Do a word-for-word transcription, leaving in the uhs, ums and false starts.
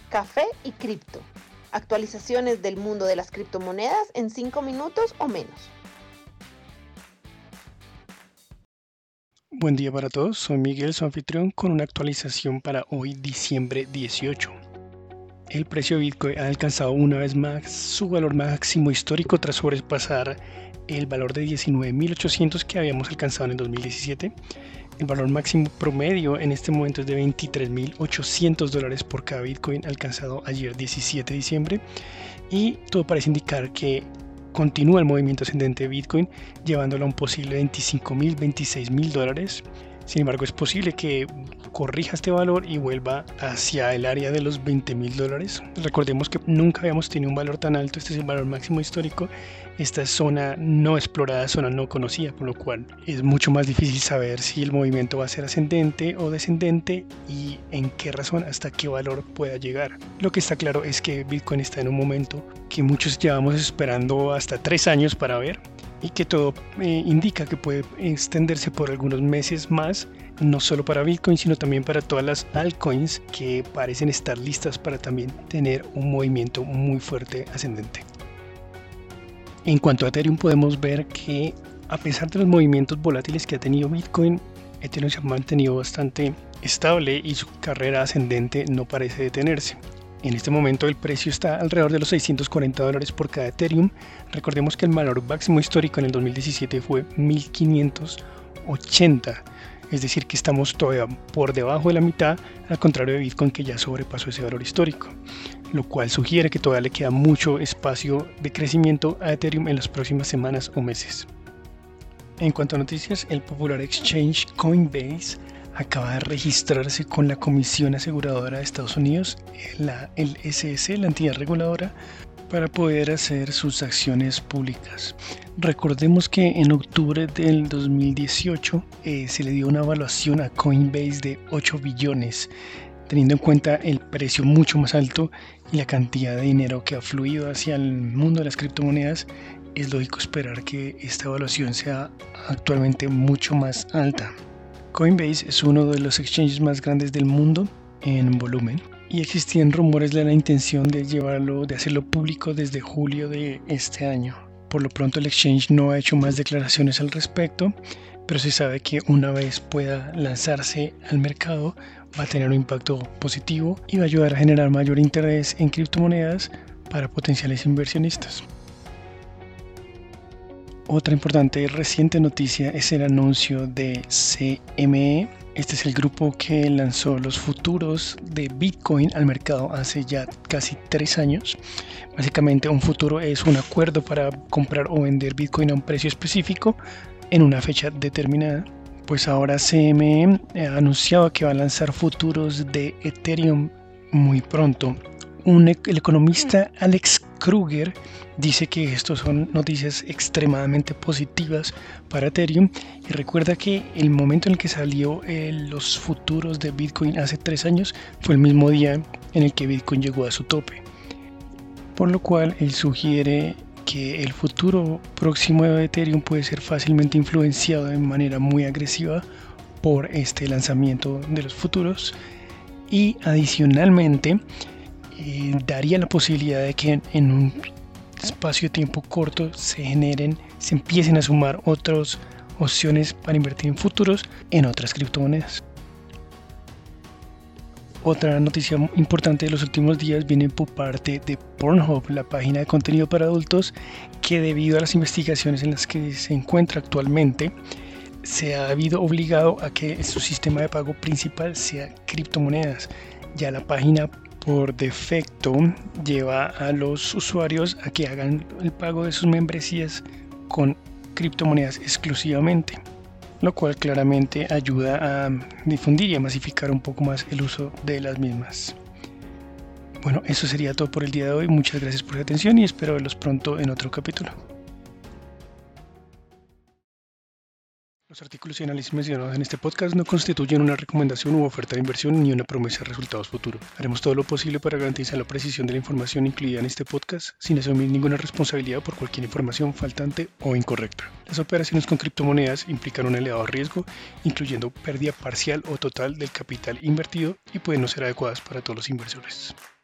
Café y cripto. Actualizaciones del mundo de las criptomonedas en cinco minutos o menos. Buen día para todos, soy Miguel, su anfitrión, con una actualización para hoy, diciembre dieciocho. El precio de Bitcoin ha alcanzado una vez más su valor máximo histórico tras sobrepasar el valor de diecinueve mil ochocientos que habíamos alcanzado en el dos mil diecisiete. El valor máximo promedio en este momento es de veintitrés mil ochocientos dólares por cada Bitcoin alcanzado ayer diecisiete de diciembre, y todo parece indicar que continúa el movimiento ascendente de Bitcoin, llevándolo a un posible veinticinco mil, veintiséis mil dólares. Sin embargo, es posible que corrija este valor y vuelva hacia el área de los veinte mil dólares. Recordemos que nunca habíamos tenido un valor tan alto, este es el valor máximo histórico. Esta es zona no explorada, zona no conocida, por lo cual es mucho más difícil saber si el movimiento va a ser ascendente o descendente y en qué razón, hasta qué valor pueda llegar. Lo que está claro es que Bitcoin está en un momento que muchos llevamos esperando hasta tres años para ver, y que todo eh, indica que puede extenderse por algunos meses más, no solo para Bitcoin, sino también para todas las altcoins que parecen estar listas para también tener un movimiento muy fuerte ascendente. En cuanto a Ethereum, podemos ver que a pesar de los movimientos volátiles que ha tenido Bitcoin, Ethereum se ha mantenido bastante estable y su carrera ascendente no parece detenerse. En este momento el precio está alrededor de los seiscientos cuarenta dólares por cada Ethereum. Recordemos que el valor máximo histórico en el dos mil diecisiete fue mil quinientos ochenta, es decir que estamos todavía por debajo de la mitad, al contrario de Bitcoin, que ya sobrepasó ese valor histórico, lo cual sugiere que todavía le queda mucho espacio de crecimiento a Ethereum en las próximas semanas o meses. En cuanto a noticias, el popular exchange Coinbase acaba de registrarse con la Comisión Aseguradora de Estados Unidos, la, el S E C, la entidad reguladora, para poder hacer sus acciones públicas. Recordemos que en octubre del dos mil dieciocho eh, se le dio una evaluación a Coinbase de ocho billones, teniendo en cuenta el precio mucho más alto y la cantidad de dinero que ha fluido hacia el mundo de las criptomonedas. Es lógico esperar que esta evaluación sea actualmente mucho más alta. Coinbase es uno de los exchanges más grandes del mundo en volumen, y existían rumores de la intención de llevarlo, de hacerlo público desde julio de este año. Por lo pronto el exchange no ha hecho más declaraciones al respecto, pero se sabe que una vez pueda lanzarse al mercado va a tener un impacto positivo y va a ayudar a generar mayor interés en criptomonedas para potenciales inversionistas. Otra importante y reciente noticia es el anuncio de C M E. Este es el grupo que lanzó los futuros de Bitcoin al mercado hace ya casi tres años. Básicamente, un futuro es un acuerdo para comprar o vender Bitcoin a un precio específico en una fecha determinada. Pues ahora C M E ha anunciado que va a lanzar futuros de Ethereum muy pronto. Un, el economista Alex Kruger dice que estos son noticias extremadamente positivas para Ethereum, y recuerda que el momento en el que salió eh, los futuros de Bitcoin hace tres años fue el mismo día en el que Bitcoin llegó a su tope, por lo cual él sugiere que el futuro próximo de Ethereum puede ser fácilmente influenciado de manera muy agresiva por este lanzamiento de los futuros, y adicionalmente Eh, daría la posibilidad de que en, en un espacio de tiempo corto se generen, se empiecen a sumar otras opciones para invertir en futuros en otras criptomonedas. Otra noticia importante de los últimos días viene por parte de Pornhub, la página de contenido para adultos, que debido a las investigaciones en las que se encuentra actualmente, se ha habido obligado a que su sistema de pago principal sea criptomonedas. Ya la página por defecto lleva a los usuarios a que hagan el pago de sus membresías con criptomonedas exclusivamente, lo cual claramente ayuda a difundir y a masificar un poco más el uso de las mismas. Bueno, eso sería todo por el día de hoy. Muchas gracias por su atención y espero verlos pronto en otro capítulo. Los artículos y análisis mencionados en este podcast no constituyen una recomendación u oferta de inversión ni una promesa de resultados futuros. Haremos todo lo posible para garantizar la precisión de la información incluida en este podcast sin asumir ninguna responsabilidad por cualquier información faltante o incorrecta. Las operaciones con criptomonedas implican un elevado riesgo, incluyendo pérdida parcial o total del capital invertido, y pueden no ser adecuadas para todos los inversores.